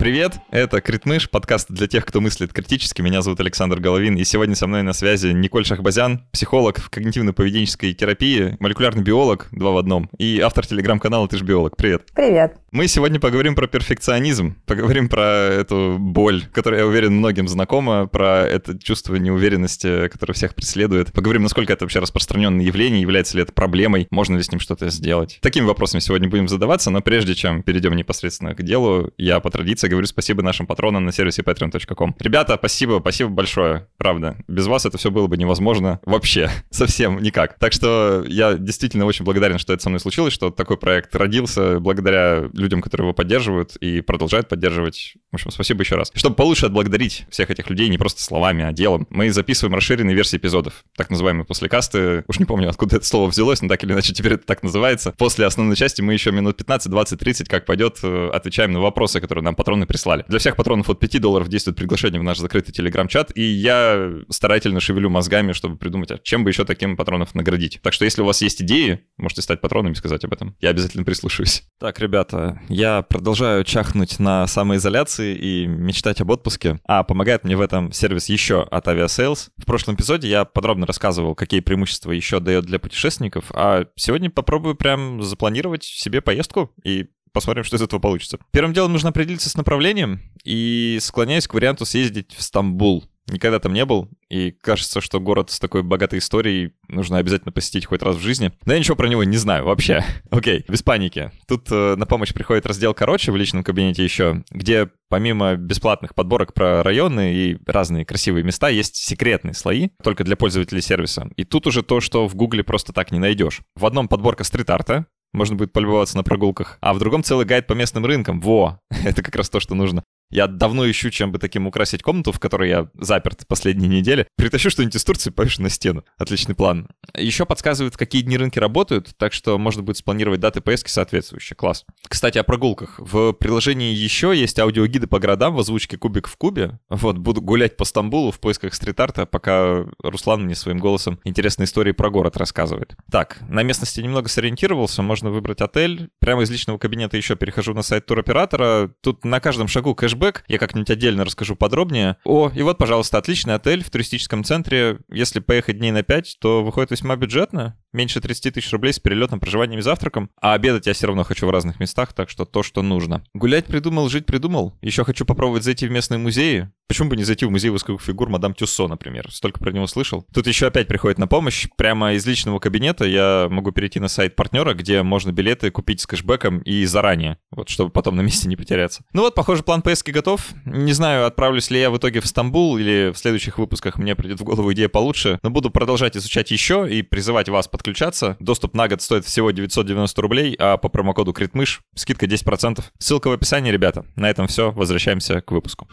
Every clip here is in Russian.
Привет, это Критмыш, подкаст для тех, кто мыслит критически. Меня зовут Александр Головин, и сегодня со мной на связи Николь Шахбазян, психолог в когнитивно-поведенческой терапии, молекулярный биолог, 2 в 1, и автор телеграм-канала «Ты ж биолог». Привет. Привет. Мы сегодня поговорим про перфекционизм, поговорим про эту боль, которая, я уверен, многим знакома, про это чувство неуверенности, которое всех преследует. Поговорим, насколько это вообще распространенное явление, является ли это проблемой, можно ли с ним что-то сделать. Такими вопросами сегодня будем задаваться, но прежде чем перейдем непосредственно к делу, я по традиции говорю спасибо нашим патронам на сервисе patreon.com. Ребята, спасибо большое, правда. Без вас это все было бы невозможно вообще, совсем никак. Так что я действительно очень благодарен, что это со мной случилось, что такой проект родился благодаря людям, которые его поддерживают и продолжают поддерживать. В общем, спасибо еще раз. Чтобы получше отблагодарить всех этих людей не просто словами, а делом, мы записываем расширенные версии эпизодов, так называемые послекасты. Уж не помню, откуда это слово взялось, но так или иначе теперь это так называется. После основной части мы еще минут 15, 20, 30, как пойдет, отвечаем на вопросы, которые нам патроны прислали. Для всех патронов от $5 действует приглашение в наш закрытый телеграм-чат, и я старательно шевелю мозгами, чтобы придумать, чем бы еще таким патронов наградить. Так что если у вас есть идеи, можете стать патронами и сказать об этом. Я обязательно прислушаюсь. Так, ребята, я продолжаю чахнуть на самоизоляции и мечтать об отпуске, а помогает мне в этом сервис еще от Aviasales. В прошлом эпизоде я подробно рассказывал, какие преимущества еще дает для путешественников, а сегодня попробую прям запланировать себе поездку и посмотрим, что из этого получится. Первым делом нужно определиться с направлением, и склоняюсь к варианту съездить в Стамбул. Никогда там не был, и кажется, что город с такой богатой историей нужно обязательно посетить хоть раз в жизни. Но я ничего про него не знаю вообще. Окей, без паники. Тут на помощь приходит раздел «Короче» в личном кабинете еще, где помимо бесплатных подборок про районы и разные красивые места, есть секретные слои только для пользователей сервиса. И тут уже то, что в Гугле просто так не найдешь. В одном подборка стрит-арта, можно будет полюбоваться на прогулках, а в другом целый гайд по местным рынкам. Во, это как раз то, что нужно. Я давно ищу, чем бы таким украсить комнату, в которой я заперт последние недели. Притащу что-нибудь из Турции, повешу на стену. Отличный план. Еще подсказывают, в какие дни рынки работают, так что можно будет спланировать даты поездки соответствующие. Класс. Кстати, о прогулках. В приложении еще есть аудиогиды по городам в озвучке «Кубик в кубе». Вот, буду гулять по Стамбулу в поисках стрит-арта, пока Руслан мне своим голосом интересные истории про город рассказывает. Так, на местности немного сориентировался, можно выбрать отель. Прямо из личного кабинета еще перехожу на сайт туроператора. Тут на каждом шагу кэшбэк. Я как-нибудь отдельно расскажу подробнее. О, и вот, пожалуйста, отличный отель в туристическом центре. Если поехать дней на 5, то выходит весьма бюджетно. Меньше 30 тысяч рублей с перелетом, проживанием и завтраком. А обедать я все равно хочу в разных местах, так что то, что нужно. Гулять придумал, жить придумал. Еще хочу попробовать зайти в местные музеи. Почему бы не зайти в музей восковых фигур мадам Тюссо, например? Столько про него слышал. Тут еще опять приходит на помощь. Прямо из личного кабинета я могу перейти на сайт партнера, где можно билеты купить с кэшбэком и заранее, вот, чтобы потом на месте не потеряться. Ну вот, похоже, план поездки готов. Не знаю, отправлюсь ли я в итоге в Стамбул или в следующих выпусках мне придет в голову идея получше, но буду продолжать изучать еще и призывать вас подключаться. Доступ на год стоит всего 990 рублей, а по промокоду Критмыш скидка 10%. Ссылка в описании, ребята. На этом все. Возвращаемся к выпуску.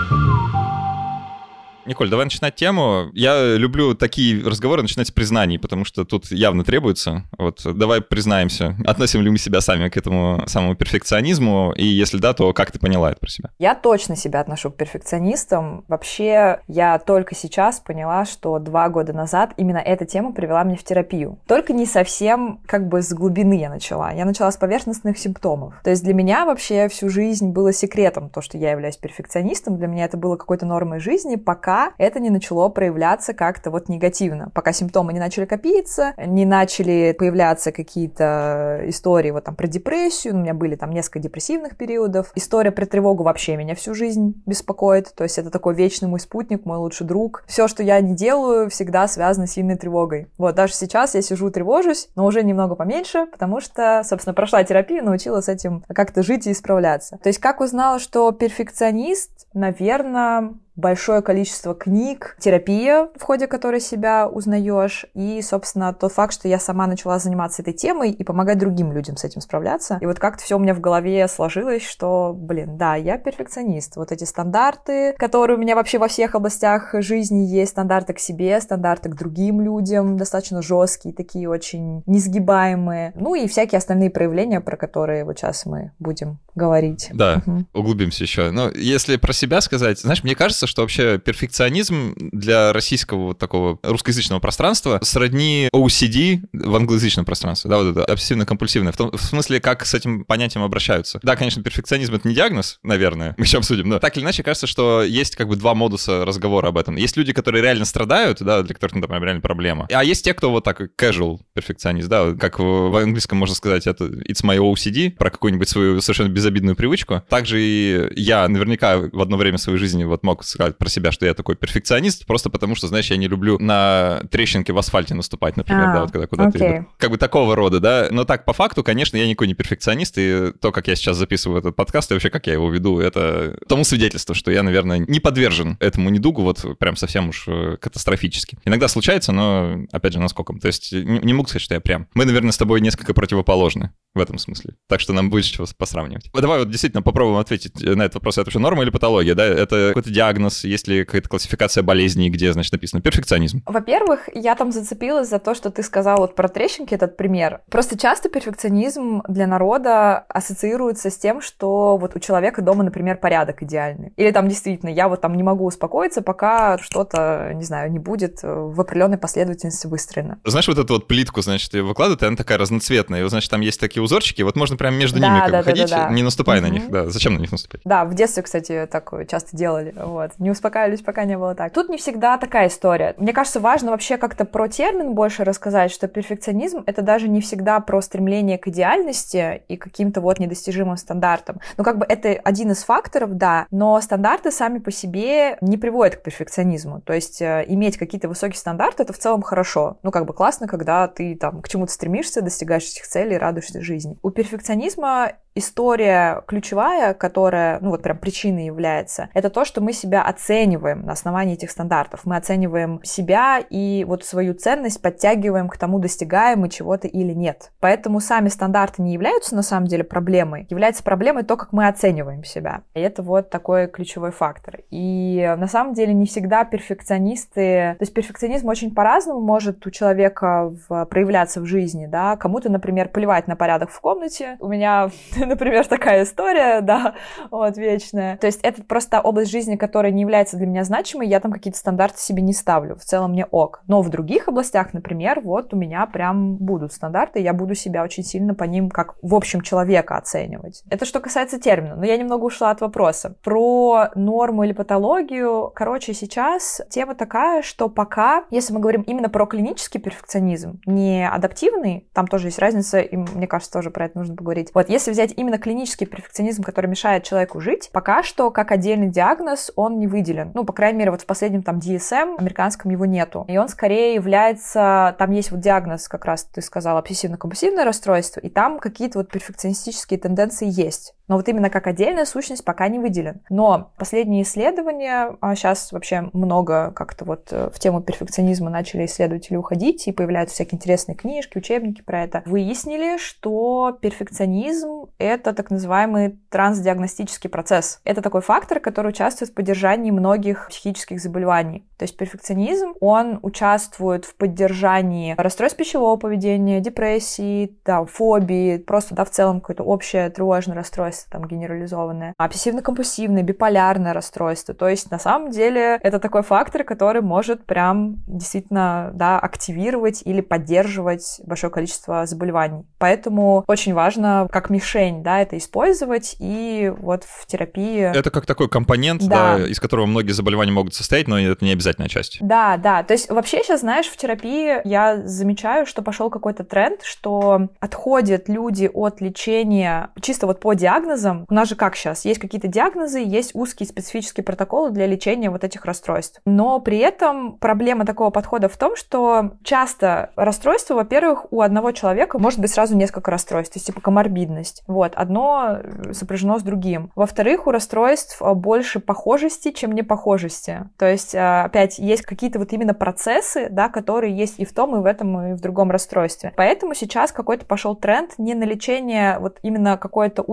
Николь, давай начинать тему. Я люблю такие разговоры начинать с признаний, потому что тут явно требуется. Вот, давай признаемся, относим ли мы себя сами к этому самому перфекционизму, и если да, то как ты поняла это про себя? Я точно себя отношу к перфекционистам. Вообще, я только сейчас поняла, что 2 года назад именно эта тема привела меня в терапию. Только не совсем как бы с глубины я начала. Я начала с поверхностных симптомов. То есть для меня вообще всю жизнь было секретом то, что я являюсь перфекционистом. Для меня это было какой-то нормой жизни, пока это не начало проявляться как-то вот негативно. Пока симптомы не начали копиться, не начали появляться какие-то истории вот там про депрессию. У меня были там несколько депрессивных периодов. История про тревогу вообще меня всю жизнь беспокоит. То есть это такой вечный мой спутник, мой лучший друг. Все, что я не делаю, всегда связано с сильной тревогой. Вот даже сейчас я сижу, тревожусь, но уже немного поменьше, потому что, собственно, прошла терапию, научилась с этим как-то жить и исправляться. То есть как узнала, что перфекционист, наверное, большое количество книг, терапия, в ходе которой себя узнаешь, и, собственно, тот факт, что я сама начала заниматься этой темой и помогать другим людям с этим справляться. И вот как-то все у меня в голове сложилось, что, да, я перфекционист. Вот эти стандарты, которые у меня вообще во всех областях жизни есть, стандарты к себе, стандарты к другим людям, достаточно жесткие, такие очень несгибаемые. Ну и всякие остальные проявления, про которые вот сейчас мы будем говорить. Да, углубимся еще. Но если про себя сказать, знаешь, мне кажется, что вообще перфекционизм для российского вот такого русскоязычного пространства сродни OCD в англоязычном пространстве, да, вот это обсессивно-компульсивное, в смысле, как с этим понятием обращаются. Да, конечно, перфекционизм — это не диагноз, наверное, мы еще обсудим, но так или иначе кажется, что есть как бы два модуса разговора об этом. Есть люди, которые реально страдают, да, для которых, например, реально проблема, а есть те, кто вот так casual перфекционист, да, как в английском можно сказать, это it's my OCD, про какую-нибудь свою совершенно безобидную привычку. Также и я наверняка в одно время своей жизни вот мог сказать про себя, что я такой перфекционист, просто потому что, знаешь, я не люблю на трещинки в асфальте наступать, например, да, вот когда куда-то идут. Как бы такого рода, да. Но так, по факту, конечно, я никакой не перфекционист, и то, как я сейчас записываю этот подкаст, и вообще, как я его веду, это тому свидетельство, что я, наверное, не подвержен этому недугу вот прям совсем уж катастрофически. Иногда случается, но, опять же, насколько. То есть не могу сказать, что я прям. Мы, наверное, с тобой несколько противоположны в этом смысле. Так что нам будет чего посравнивать. Давай вот действительно попробуем ответить на этот вопрос. Это вообще норма или патология, да? Это какой-то диагноз, есть ли какая-то классификация болезней, где, значит, написано перфекционизм? Во-первых, я там зацепилась за то, что ты сказал вот про трещинки, этот пример. Просто часто перфекционизм для народа ассоциируется с тем, что вот у человека дома, например, порядок идеальный. Или там действительно, я вот там не могу успокоиться, пока что-то, не знаю, не будет в определенной последовательности выстроено. Знаешь, вот эту вот плитку, значит, выкладывают, и она такая разноцветная, и вот, значит, там есть такие узорчики, вот можно прям между ними как бы ходить, не наступая на них. Да, зачем на них наступать? Да, в детстве, кстати, так часто делали, вот. Не успокаивались, пока не было так. Тут не всегда такая история. Мне кажется, важно вообще как-то про термин больше рассказать, что перфекционизм — это даже не всегда про стремление к идеальности и каким-то вот недостижимым стандартам. Ну, как бы это один из факторов, да, но стандарты сами по себе не приводят к перфекционизму. То есть иметь какие-то высокие стандарты — это в целом хорошо. Ну, как бы классно, когда ты там к чему-то стремишься, достигаешь этих целей, радуешься жизни. У перфекционизма история ключевая, которая, ну вот прям причиной является, это то, что мы себя оцениваем на основании этих стандартов. Мы оцениваем себя и вот свою ценность подтягиваем к тому, достигаем мы чего-то или нет. Поэтому сами стандарты не являются на самом деле проблемой. Является проблемой то, как мы оцениваем себя. И это вот такой ключевой фактор. И на самом деле не всегда перфекционисты... То есть перфекционизм очень по-разному может у человека проявляться в жизни, да. Кому-то, например, плевать на порядок в комнате. У меня... Например, такая история, да, вот, вечная. То есть это просто область жизни, которая не является для меня значимой, я там какие-то стандарты себе не ставлю, в целом мне ок. Но в других областях, например, вот у меня прям будут стандарты, я буду себя очень сильно по ним, как в общем человека оценивать. Это что касается термина, но я немного ушла от вопроса. Про норму или патологию, короче, сейчас тема такая, что пока, если мы говорим именно про клинический перфекционизм, не адаптивный, там тоже есть разница, и мне кажется, тоже про это нужно поговорить. Вот, если взять именно клинический перфекционизм, который мешает человеку жить, пока что как отдельный диагноз он не выделен. Ну, по крайней мере, вот в последнем там DSM американском его нету. И он скорее является... Там есть вот диагноз, как раз ты сказала, обсессивно-компульсивное расстройство, и там какие-то вот перфекционистические тенденции есть. Но вот именно как отдельная сущность пока не выделен. Но последние исследования, сейчас вообще много как-то вот в тему перфекционизма начали исследователи уходить, и появляются всякие интересные книжки, учебники про это, выяснили, что перфекционизм — это так называемый трансдиагностический процесс. Это такой фактор, который участвует в поддержании многих психических заболеваний. То есть перфекционизм, он участвует в поддержании расстройств пищевого поведения, депрессии, там, фобии, просто, да, в целом какое-то общее тревожное расстройство, там, генерализованное, обсессивно-компульсивное, биполярное расстройство. То есть, на самом деле, это такой фактор, который может прям действительно, да, активировать или поддерживать большое количество заболеваний. Поэтому очень важно, как мишень, да, это использовать, и вот в терапии... Это как такой компонент, да, из которого многие заболевания могут состоять, но это не обязательная часть. Да, да. То есть, вообще сейчас, знаешь, в терапии я замечаю, что пошел какой-то тренд, что отходят люди от лечения чисто вот по диагнозам. У нас же как сейчас? Есть какие-то диагнозы, есть узкие специфические протоколы для лечения вот этих расстройств. Но при этом проблема такого подхода в том, что часто расстройство, во-первых, у одного человека может быть сразу несколько расстройств, то есть типа коморбидность. Вот, одно сопряжено с другим. Во-вторых, у расстройств больше похожести, чем непохожести. То есть, опять, есть какие-то вот именно процессы, да, которые есть и в том, и в этом, и в другом расстройстве. Поэтому сейчас какой-то пошел тренд не на лечение вот именно какой-то узкой диагностики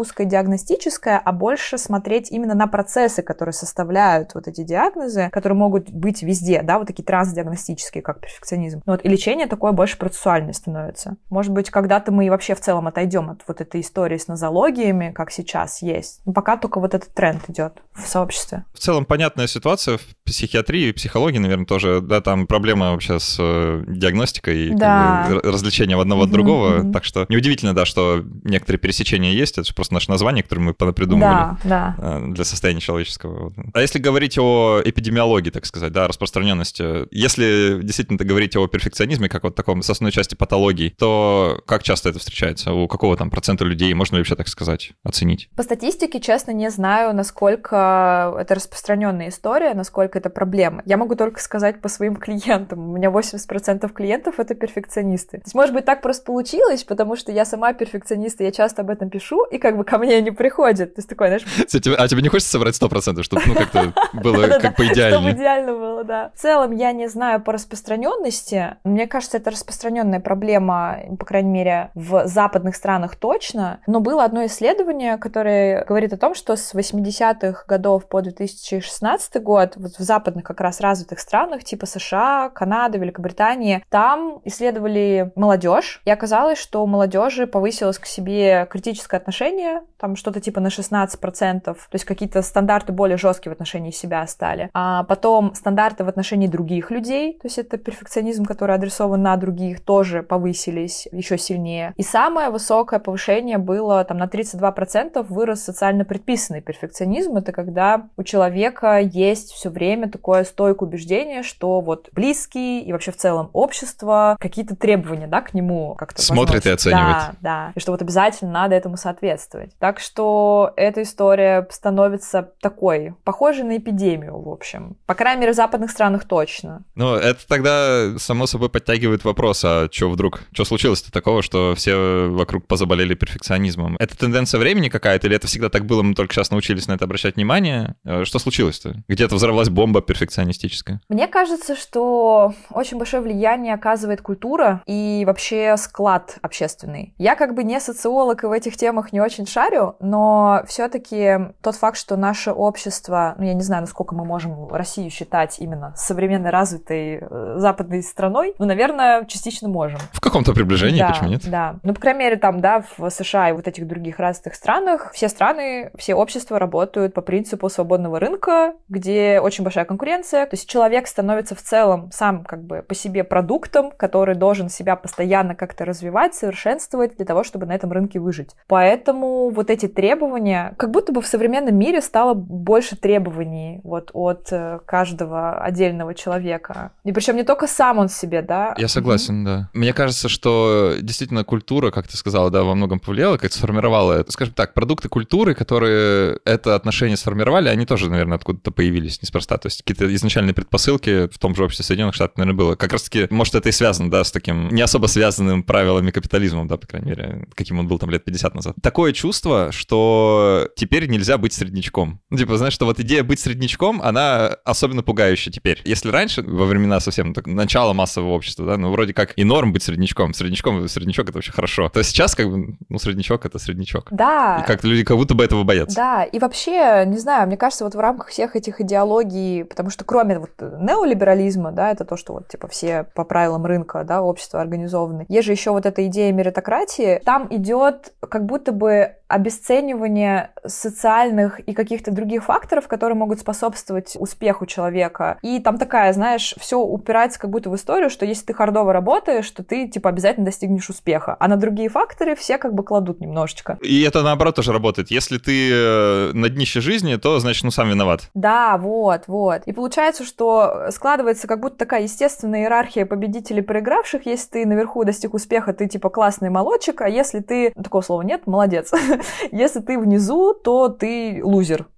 диагностическое, а больше смотреть именно на процессы, которые составляют вот эти диагнозы, которые могут быть везде, да, вот такие трансдиагностические, как перфекционизм. Вот, и лечение такое больше процессуальное становится. Может быть, когда-то мы вообще в целом отойдем от вот этой истории с нозологиями, как сейчас есть. Но пока только вот этот тренд идет в сообществе. В целом понятная ситуация в психиатрии и психологии, наверное, тоже, да, там проблема вообще с диагностикой и Да. как бы развлечением одного от другого. Так что неудивительно, да, что некоторые пересечения есть. Это же просто наше название, которое мы придумывали для состояния человеческого. А если говорить о эпидемиологии, так сказать, да, распространенности, если действительно говорить о перфекционизме, как вот таком составной части патологии, то как часто это встречается? У какого там процента людей, можно ли вообще, так сказать, оценить? По статистике, честно, не знаю, насколько это распространенная история, насколько это проблема. Я могу только сказать по своим клиентам. У меня 80% клиентов — это перфекционисты. То есть, может быть, так просто получилось, потому что я сама перфекционист, и я часто об этом пишу, и как бы ко мне не приходят. То есть такой, знаешь... А тебе не хочется собрать 100%, чтобы как-то было как по идеальнее? Чтобы идеально было, да. В целом, я не знаю по распространенности. Мне кажется, это распространенная проблема, по крайней мере, в западных странах точно. Но было одно исследование, которое говорит о том, что с 80-х годов по 2016 год вот в западных как раз развитых странах, типа США, Канады, Великобритании, там исследовали молодежь, и оказалось, что у молодежи повысилось к себе критическое отношение, там что-то типа на 16%, то есть какие-то стандарты более жесткие в отношении себя стали. А потом стандарты в отношении других людей, то есть это перфекционизм, который адресован на других, тоже повысились еще сильнее. И самое высокое повышение было там на 32% вырос социально предписанный перфекционизм. Это когда у человека есть все время такое стойкое убеждение, что вот близкий и вообще в целом общество, какие-то требования, да, к нему как-то смотрит и оценивает. Да. И что вот обязательно надо этому соответствовать. Так что эта история становится такой, похожей на эпидемию, в общем. По крайней мере, в западных странах точно. Ну, это тогда, само собой, подтягивает вопрос, а что случилось-то такого, что все вокруг позаболели перфекционизмом? Это тенденция времени какая-то, или это всегда так было, мы только сейчас научились на это обращать внимание? Что случилось-то? Где-то взорвалась бомба перфекционистическая? Мне кажется, что очень большое влияние оказывает культура и вообще склад общественный. Я как бы не социолог и в этих темах не очень шарю, но все-таки тот факт, что наше общество, ну я не знаю, насколько мы можем Россию считать именно современной развитой западной страной, ну, наверное, частично можем. В каком-то приближении, да, почему нет? Да. Ну, по крайней мере, там, да, в США и вот этих других развитых странах все страны, все общества работают по принципу свободного рынка, где очень большая конкуренция. То есть человек становится в целом сам как бы по себе продуктом, который должен себя постоянно как-то развивать, совершенствовать для того, чтобы на этом рынке выжить. Поэтому вот эти требования, как будто бы в современном мире стало больше требований вот от каждого отдельного человека. И причем не только сам он себе, да. Я согласен, да. Мне кажется, что действительно культура, как ты сказала, да, во многом повлияла, как-то сформировала, скажем так, продукты культуры, которые это отношение сформировали, они тоже, наверное, откуда-то появились неспроста. То есть какие-то изначальные предпосылки в том же обществе Соединенных Штатов, наверное, было. Как раз-таки, может, это и связано, да, с таким не особо связанным правилами капитализма, да, по крайней мере, каким он был там лет 50 назад. Такое чувство, что теперь нельзя быть среднячком. Ну, типа, знаешь, что вот идея быть среднячком, она особенно пугающая теперь. Если раньше, во времена совсем начала массового общества, да, ну, вроде как и норм быть среднячком. Среднячок — это вообще хорошо. То сейчас, как бы, ну, среднячок — это среднячок. Да. И как-то люди как будто бы этого боятся. Да, и вообще, не знаю, мне кажется, вот в рамках всех этих идеологий, потому что кроме вот неолиберализма, да, это то, что вот, типа, все по правилам рынка, да, общество организованы. Есть же еще вот эта идея меритократии. Там идет как будто бы обесценивание социальных и каких-то других факторов, которые могут способствовать успеху человека. И там такая, знаешь, все упирается как будто в историю, что если ты хардово работаешь, то ты, типа, обязательно достигнешь успеха. А на другие факторы все как бы кладут немножечко. И это наоборот тоже работает. Если ты на днище жизни, то, значит, ну, сам виноват. Да, вот. И получается, что складывается как будто такая естественная иерархия победителей и проигравших. Если ты наверху достиг успеха, ты, типа, классный молодчик, а если ты... Такого слова нет, молодец. Если ты внизу, то ты лузер.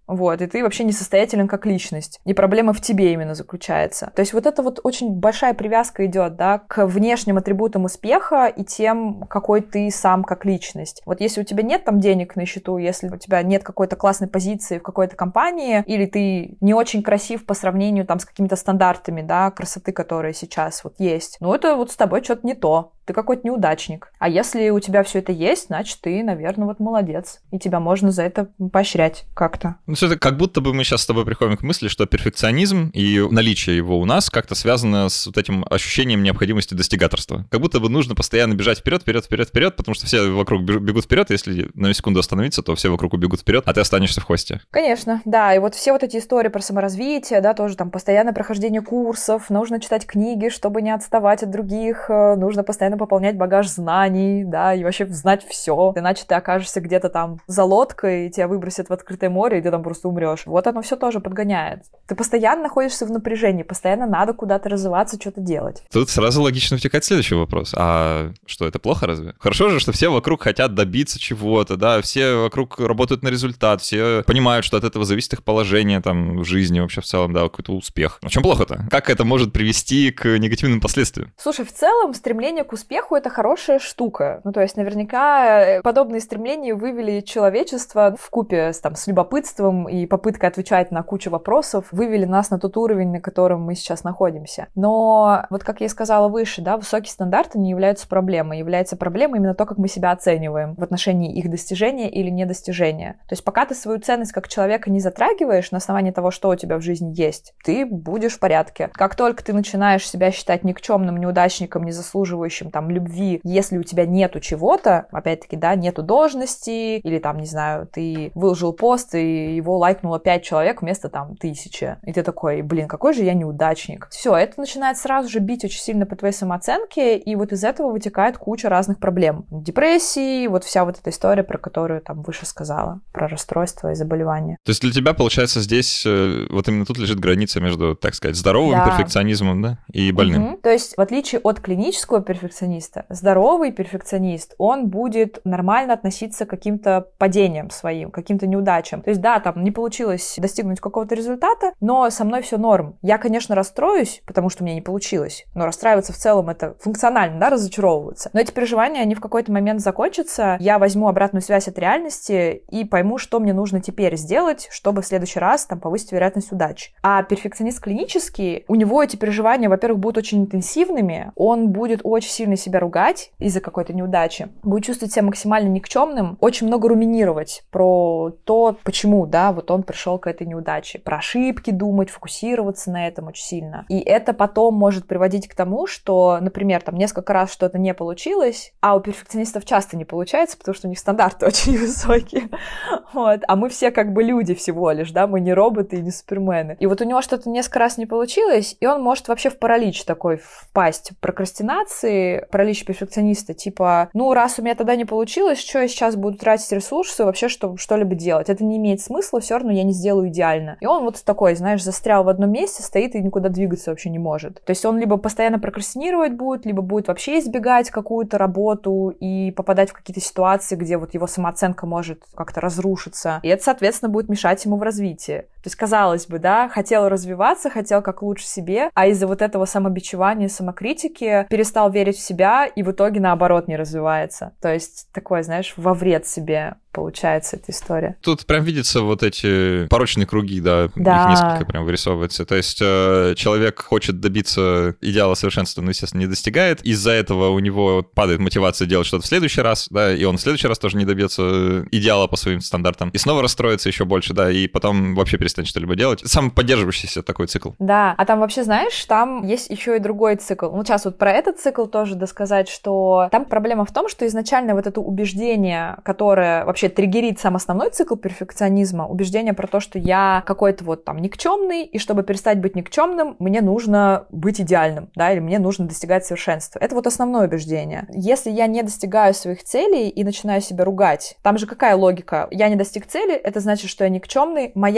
вот, и ты вообще несостоятелен как личность. И проблема в тебе именно заключается. То есть вот это вот очень большая привязка идет, да, к внешним атрибутам успеха и тем, какой ты сам как личность. Вот если у тебя нет там денег на счету, если у тебя нет какой-то классной позиции в какой-то компании, или ты не очень красив по сравнению там с какими-то стандартами, да, красоты, которые сейчас вот есть, ну это вот с тобой что-то не то. Ты какой-то неудачник. А если у тебя все это есть, значит, ты, наверное, вот молодец. И тебя можно за это поощрять как-то. Ну, это как будто бы мы сейчас с тобой приходим к мысли, что перфекционизм и наличие его у нас как-то связано с вот этим ощущением необходимости достигаторства. Как будто бы нужно постоянно бежать вперед, потому что все вокруг бегут вперед. Если на секунду остановиться, то все вокруг убегут вперед, а ты останешься в хвосте. Конечно, да. И вот все вот эти истории про саморазвитие, да, тоже там постоянное прохождение курсов, нужно читать книги, чтобы не отставать от других, нужно постоянно пополнять багаж знаний, да, и вообще знать все. Иначе ты окажешься где-то там за лодкой, и тебя выбросят в открытое море, и ты там просто умрешь. Вот оно все тоже подгоняет. Ты постоянно находишься в напряжении, постоянно надо куда-то развиваться, что-то делать. Тут сразу логично втекает следующий вопрос. А что, это плохо разве? Хорошо же, что все вокруг хотят добиться чего-то, да, все вокруг работают на результат, все понимают, что от этого зависит их положение там в жизни вообще в целом, да, какой-то успех. А в чем плохо-то? Как это может привести к негативным последствиям? Слушай, в целом стремление к успеху — это хорошая штука. Ну, то есть наверняка подобные стремления вывели человечество вкупе с любопытством и попыткой отвечать на кучу вопросов, вывели нас на тот уровень, на котором мы сейчас находимся. Но вот как я и сказала выше, да, высокие стандарты не являются проблемой. Является проблемой именно то, как мы себя оцениваем в отношении их достижения или недостижения. То есть пока ты свою ценность как человека не затрагиваешь на основании того, что у тебя в жизни есть, ты будешь в порядке. Как только ты начинаешь себя считать никчемным, неудачником, не заслуживающим там любви, если у тебя нету чего-то, опять-таки, да, нету должности, или там, не знаю, ты выложил пост, и его лайкнуло 5 человек вместо там 1000. И ты такой, блин, какой же я неудачник. Все, это начинает сразу же бить очень сильно по твоей самооценке, и вот из этого вытекает куча разных проблем. Депрессии, вот вся вот эта история, про которую там выше сказала, про расстройства и заболевания. То есть для тебя, получается, здесь вот именно тут лежит граница между, так сказать, здоровым перфекционизмом, да, и больным. Угу. То есть в отличие от клинического перфекциониста, здоровый перфекционист, он будет нормально относиться к каким-то падениям своим, каким-то неудачам. То есть да, там не получилось достигнуть какого-то результата, но со мной все норм. Я, конечно, расстроюсь, потому что мне не получилось, но расстраиваться в целом это функционально, да, разочаровываться. Но эти переживания, они в какой-то момент закончатся, я возьму обратную связь от реальности и пойму, что мне нужно теперь сделать, чтобы в следующий раз там повысить вероятность удачи. А перфекционист клинический, у него эти переживания, во-первых, будут очень интенсивными, он будет очень сильно себя ругать из-за какой-то неудачи, будет чувствовать себя максимально никчемным, очень много руминировать про то, почему, да, вот он пришел к этой неудаче, про ошибки думать, фокусироваться на этом очень сильно. И это потом может приводить к тому, что, например, там несколько раз что-то не получилось, а у перфекционистов часто не получается, потому что у них стандарты очень высокие, вот, а мы все как бы люди всего лишь, да, мы не роботы и не супермены. И вот у него что-то несколько раз не получилось, и он может вообще в паралич такой впасть, прокрастинации, паралич перфекциониста, типа, ну, раз у меня тогда не получилось, что я сейчас буду тратить ресурсы вообще, чтобы что-либо делать? Это не имеет смысла, все равно я не сделаю идеально. И он вот такой, знаешь, застрял в одном месте, стоит и никуда двигаться вообще не может. То есть он либо постоянно прокрастинировать будет, либо будет вообще избегать какую-то работу и попадать в какие-то ситуации, где вот его самооценка может как-то разрушиться. И это, соответственно, будет мешать ему в развитии. То есть, казалось бы, да, хотел развиваться, хотел как лучше себе, а из-за вот этого самобичевания, самокритики перестал верить в себя и в итоге, наоборот, не развивается. То есть, такое, знаешь, во вред себе получается эта история. Тут прям видятся вот эти порочные круги, да, их несколько прям вырисовывается. То есть человек хочет добиться идеала совершенства, но, естественно, не достигает. Из-за этого у него падает мотивация делать что-то в следующий раз, да, и он в следующий раз тоже не добьется идеала по своим стандартам. И снова расстроится еще больше, да, и потом вообще перестанет что-либо делать. Самоподдерживающийся такой цикл. Да, а там вообще, знаешь, там есть еще и другой цикл. Ну, сейчас вот про этот цикл тоже досказать, что там проблема в том, что изначально вот это убеждение, которое вообще триггерит сам основной цикл перфекционизма, убеждение про то, что я какой-то вот там никчемный, и чтобы перестать быть никчемным, мне нужно быть идеальным, да, или мне нужно достигать совершенства. Это вот основное убеждение. Если я не достигаю своих целей и начинаю себя ругать, там же какая логика? Я не достиг цели, это значит, что я никчемный, моя основная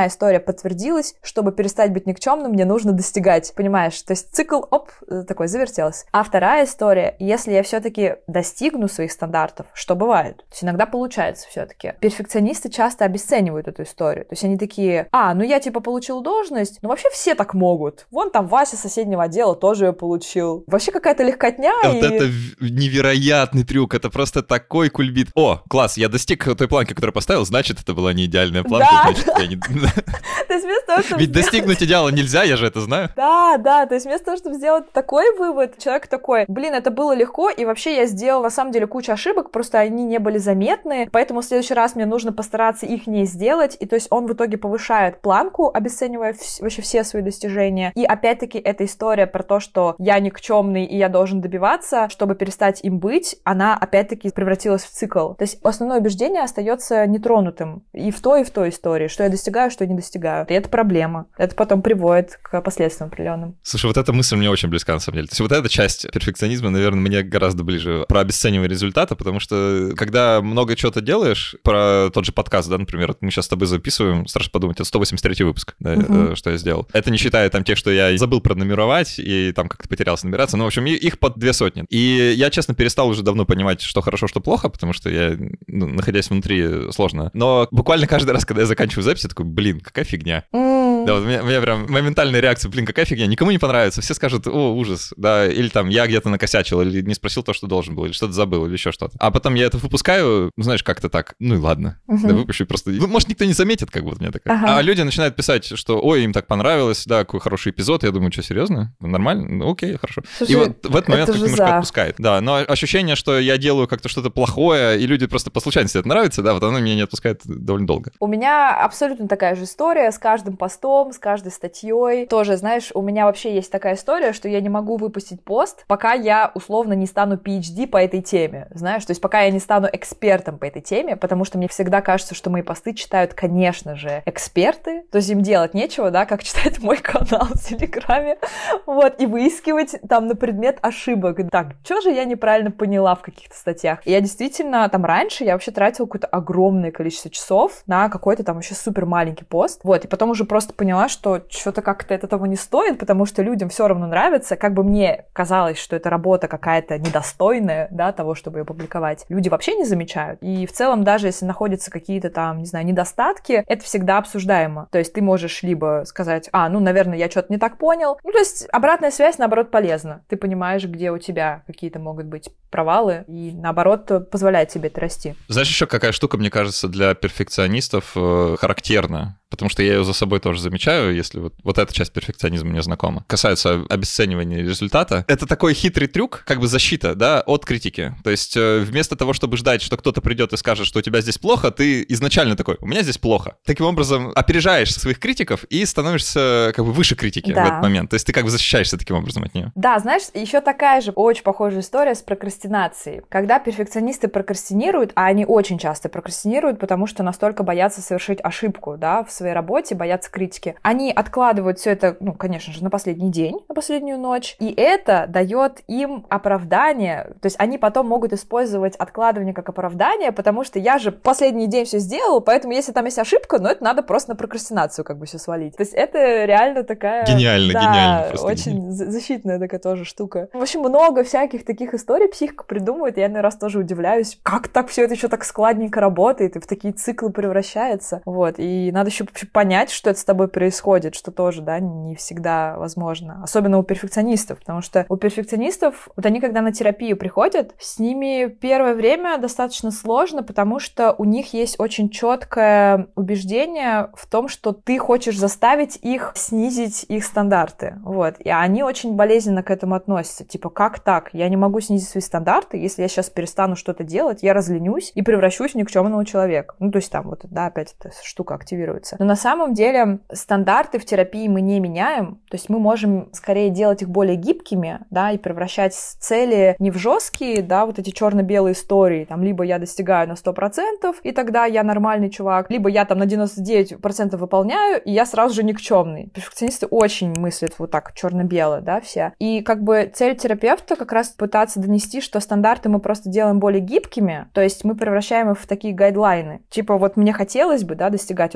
одна история подтвердилась, чтобы перестать быть никчемным, мне нужно достигать, понимаешь? То есть цикл, такой, завертелась. А вторая история, если я все-таки достигну своих стандартов, что бывает? То есть иногда получается все-таки. Перфекционисты часто обесценивают эту историю. То есть они такие, я типа получил должность, вообще все так могут. Вон там Вася соседнего отдела тоже ее получил. Вообще какая-то легкотня. Это невероятный трюк, это просто такой кульбит. О, класс, я достиг той планки, которую поставил, значит, это была не идеальная планка, значит, я не... То есть вместо того, чтобы Ведь достигнуть идеала нельзя, я же это знаю. Да, то есть вместо того, чтобы сделать такой вывод, человек такой, это было легко, и вообще я сделал на самом деле кучу ошибок, просто они не были заметны, поэтому в следующий раз мне нужно постараться их не сделать, и то есть он в итоге повышает планку, обесценивая вообще все свои достижения. И опять-таки эта история про то, что я никчемный и я должен добиваться, чтобы перестать им быть, она опять-таки превратилась в цикл. То есть основное убеждение остается нетронутым и в той истории, что я достигаю, что я не достигаю. И это проблема. Это потом приводит к последствиям определенным. Слушай, вот эта мысль мне очень близка, на самом деле. То есть вот эта часть перфекционизма, наверное, мне гораздо ближе про обесценивание результата, потому что когда много чего-то делаешь, про тот же подкаст, да, например, мы сейчас с тобой записываем, страшно подумать, это 183 выпуск, да, что я сделал. Это не считая там тех, что я забыл пронумеровать и там как-то потерялся нумерация, но, в общем, их под 200. И я, честно, перестал уже давно понимать, что хорошо, что плохо, потому что я, находясь внутри, сложно. Но буквально каждый раз, когда я заканчиваю запись, я такой, какая фигня. Да, вот у меня прям моментальная реакция, какая фигня, никому не понравится, все скажут, ужас, да, или там я где-то накосячил, или не спросил то, что должен был, или что-то забыл, или еще что-то. А потом я это выпускаю, знаешь, как-то так, и ладно, да, выпущу и просто... Может, никто не заметит, как вот у меня такая. А люди начинают писать, что, им так понравилось, да, какой хороший эпизод, я думаю, что, серьезно? Нормально? Окей, хорошо. Слушай, и вот в этот момент как немножко отпускает. Да, но ощущение, что я делаю как-то что-то плохое, и люди просто по случайности это нравится, да, вот оно меня не отпускает довольно долго. У меня абсолютно такая же история с каждым постом, с каждой статьей. Тоже, знаешь, у меня вообще есть такая история, что я не могу выпустить пост, пока я условно не стану PhD по этой теме, знаешь, то есть пока я не стану экспертом по этой теме, потому что мне всегда кажется, что мои посты читают, конечно же, эксперты, то есть им делать нечего, да, как читает мой канал в Телеграме, вот, и выискивать там на предмет ошибок. Так, что же я неправильно поняла в каких-то статьях? И я действительно, там раньше я вообще тратила какое-то огромное количество часов на какой-то там вообще супер маленький пост, вот, и потом уже просто поняла, что что-то как-то это того не стоит, потому что людям все равно нравится, как бы мне казалось, что эта работа какая-то недостойная, да, того, чтобы ее публиковать. Люди вообще не замечают, и в целом даже если находятся какие-то там, не знаю, недостатки, это всегда обсуждаемо, то есть ты можешь либо сказать, наверное, я что-то не так понял, то есть обратная связь, наоборот, полезна, ты понимаешь, где у тебя какие-то могут быть провалы, и наоборот, позволяет тебе это расти. Знаешь, еще какая штука, мне кажется, для перфекционистов характерна? Потому что я ее за собой тоже замечаю, если вот эта часть перфекционизма мне знакома. Касается обесценивания результата. Это такой хитрый трюк, как бы защита, да, от критики. То есть вместо того, чтобы ждать, что кто-то придет и скажет, что у тебя здесь плохо, ты изначально такой, у меня здесь плохо. Таким образом, опережаешь своих критиков и становишься как бы выше критики в этот момент. То есть ты как бы защищаешься таким образом от нее. Да, знаешь, еще такая же очень похожая история с прокрастинацией. Когда перфекционисты прокрастинируют, а они очень часто прокрастинируют, потому что настолько боятся совершить ошибку, да, в своей работе, боятся критики. Они откладывают все это, конечно же, на последний день, на последнюю ночь, и это дает им оправдание, то есть они потом могут использовать откладывание как оправдание, потому что я же последний день все сделал, поэтому если там есть ошибка, это надо просто на прокрастинацию как бы все свалить. То есть это реально такая... Гениально. Очень защитная такая тоже штука. В общем, много всяких таких историй психика придумывает, я иной раз тоже удивляюсь, как так все это еще так складненько работает и в такие циклы превращается. Вот, и надо еще понять, что это с тобой происходит, что тоже, да, не всегда возможно. Особенно у перфекционистов, потому что у перфекционистов, вот они, когда на терапию приходят, с ними первое время достаточно сложно, потому что у них есть очень четкое убеждение в том, что ты хочешь заставить их снизить их стандарты. Вот. И они очень болезненно к этому относятся. Типа, как так? Я не могу снизить свои стандарты, если я сейчас перестану что-то делать, я разленюсь и превращусь в никчемного человека. То есть там вот, да, опять эта штука активируется. Но на самом деле стандарты в терапии мы не меняем, то есть мы можем скорее делать их более гибкими, да, и превращать цели не в жесткие, да, вот эти черно-белые истории, там, либо я достигаю на 100%, и тогда я нормальный чувак, либо я там на 99% выполняю, и я сразу же никчемный. Перфекционисты очень мыслят вот так черно-бело, да, все. И как бы цель терапевта как раз пытаться донести, что стандарты мы просто делаем более гибкими, то есть мы превращаем их в такие гайдлайны. Типа вот мне хотелось бы, да, достигать эту цель,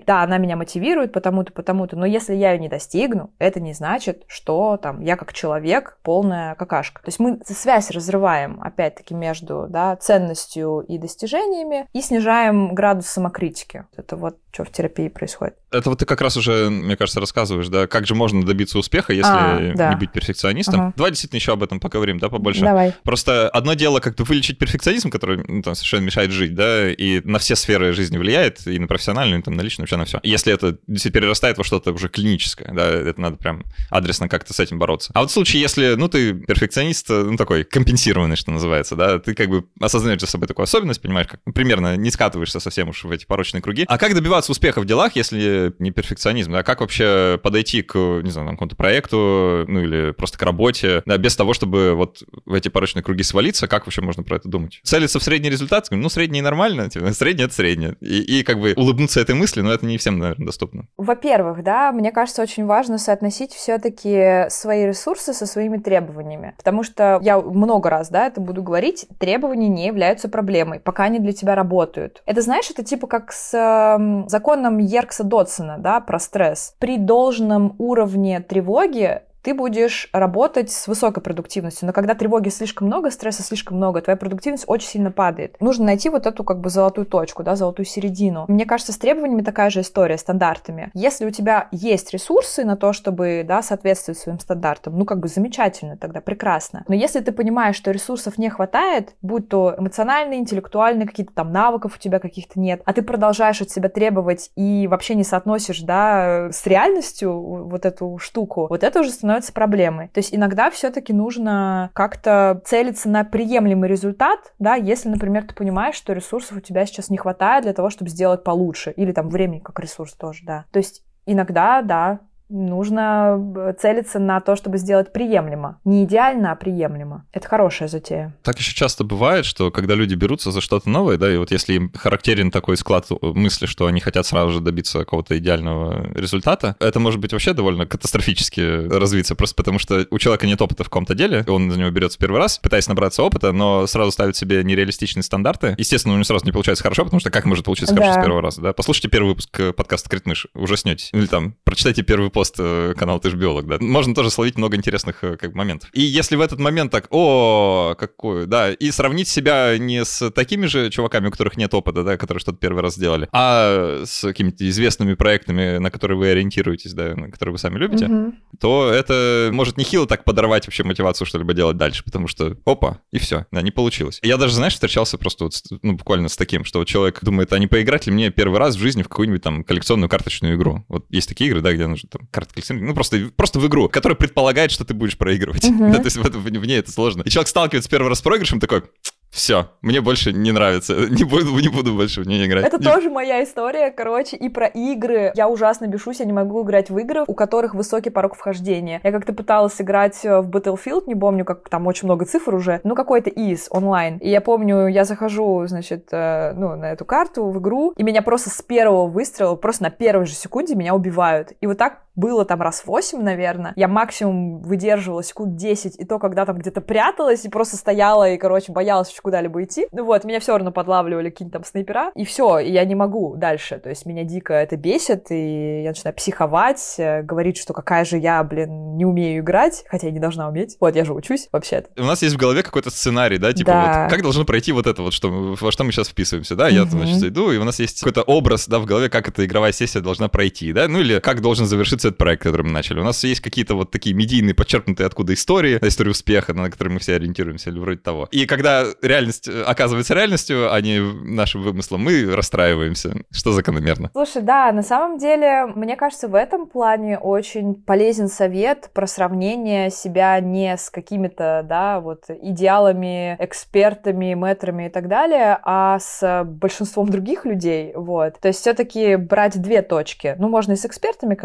Да, она меня мотивирует потому-то, но если я ее не достигну, это не значит, что там я как человек полная какашка. То есть мы связь разрываем, опять-таки, между, да, ценностью и достижениями и снижаем градус самокритики. Это вот что в терапии происходит. Это вот ты как раз уже, мне кажется, рассказываешь, да, как же можно добиться успеха, если не быть перфекционистом. Давай действительно еще об этом поговорим, да, побольше. Давай. Просто одно дело как-то вылечить перфекционизм, который там совершенно мешает жить, да, и на все сферы жизни влияет, и на профессиональную, и там, на личную, вообще на все. Если это действительно перерастает во что-то уже клиническое, да, это надо прям адресно как-то с этим бороться. А вот в случае, если, ну, ты перфекционист, ну, такой компенсированный, что называется, да, ты как бы осознаешь за собой такую особенность, понимаешь, как примерно не скатываешься совсем уж в эти порочные круги. А как добиваться успеха в делах, если не перфекционизм, да, как вообще подойти к, не знаю, там, какому-то проекту, ну, или просто к работе, да, без того, чтобы вот в эти порочные круги свалиться, как вообще можно про это думать? Целиться в средний результат, ну, средний нормально, типа, средний — это среднее. И как бы улыбнуться этой мысли, но это не всем, наверное, доступно. Во-первых, да, мне кажется, очень важно соотносить все-таки свои ресурсы со своими требованиями, потому что я много раз, да, это буду говорить, требования не являются проблемой, пока они для тебя работают. Это, знаешь, это типа как с законом Йеркса-Доdsона, да, про стресс. При должном уровне тревоги ты будешь работать с высокой продуктивностью, но когда тревоги слишком много, стресса слишком много, твоя продуктивность очень сильно падает. Нужно найти вот эту как бы золотую точку, да, золотую середину. Мне кажется, с требованиями такая же история, стандартами. Если у тебя есть ресурсы на то, чтобы, да, соответствовать своим стандартам, ну как бы замечательно, тогда прекрасно. Но если ты понимаешь, что ресурсов не хватает, будь то эмоциональные, интеллектуальные, какие-то там навыков у тебя каких-то нет, а ты продолжаешь от себя требовать и вообще не соотносишь, да, с реальностью вот эту штуку, вот это уже становится проблемой. То есть иногда все-таки нужно как-то целиться на приемлемый результат, да, если, например, ты понимаешь, что ресурсов у тебя сейчас не хватает для того, чтобы сделать получше, или там времени как ресурс тоже, да. То есть иногда, да, нужно целиться на то, чтобы сделать приемлемо. Не идеально, а приемлемо. Это хорошая затея. Так еще часто бывает, что когда люди берутся за что-то новое, да, и вот если им характерен такой склад мысли, что они хотят сразу же добиться какого-то идеального результата, это может быть вообще довольно катастрофически развиться, просто потому что у человека нет опыта в каком-то деле, он за него берется первый раз, пытаясь набраться опыта, но сразу ставит себе нереалистичные стандарты. Естественно, у него сразу не получается хорошо, потому что как может получиться хорошо с первого раза, да? Послушайте первый выпуск подкаста «Критмыш», ужаснетесь. Или там, прочитайте первый пост канала «Ты ж биолог», да. Можно тоже словить много интересных как бы моментов. И если в этот момент так, какой, да, и сравнить себя не с такими же чуваками, у которых нет опыта, да, которые что-то первый раз сделали, а с какими-то известными проектами, на которые вы ориентируетесь, да, на которые вы сами любите, то это может нехило так подорвать вообще мотивацию что-либо делать дальше, потому что и все, да, не получилось. Я даже, знаешь, встречался просто вот, ну, буквально с таким, что вот человек думает, а не поиграть ли мне первый раз в жизни в какую-нибудь там коллекционную карточную игру? Вот есть такие игры, да, где нужно там карты коллекционировать, ну, просто в игру, которая предполагает, что ты будешь проигрывать. Да, то есть в ней это сложно. И человек сталкивается первый раз с проигрышем, такой: все, мне больше не нравится, не буду больше в нее играть. Это тоже моя история, короче, и про игры. Я ужасно бешусь, я не могу играть в игры, у которых высокий порог вхождения. Я как-то пыталась играть в Battlefield, не помню, как там очень много цифр уже, ну какой-то онлайн. И я помню, я захожу, значит, на эту карту в игру, и меня просто с первого выстрела, просто на первой же секунде меня убивают. И вот так было там раз 8, наверное. Я максимум выдерживала секунд 10, и то, когда там где-то пряталась, и просто стояла, и, короче, боялась куда-либо идти. Ну вот, меня все равно подлавливали какие-нибудь там снайпера, и все, и я не могу дальше. То есть меня дико это бесит, и я начинаю психовать, говорить, что какая же я, не умею играть, хотя я не должна уметь. Вот, я же учусь вообще-то. У нас есть в голове какой-то сценарий, да, типа вот как должно пройти вот это вот, во что мы сейчас вписываемся, да, я, значит, зайду, и у нас есть какой-то образ, да, в голове, как эта игровая сессия должна пройти, да, ну или как должен завершиться этот проект, который мы начали. У нас есть какие-то вот такие медийные, подчеркнутые откуда истории успеха, на которые мы все ориентируемся, или вроде того. И когда реальность оказывается реальностью, а не нашим вымыслом, мы расстраиваемся, что закономерно. Слушай, да, на самом деле, мне кажется, в этом плане очень полезен совет про сравнение себя не с какими-то, да, вот идеалами, экспертами, мэтрами и так далее, а с большинством других людей, вот. То есть все-таки брать две точки. Ну, можно и с экспертами, конечно, себя сравнивать,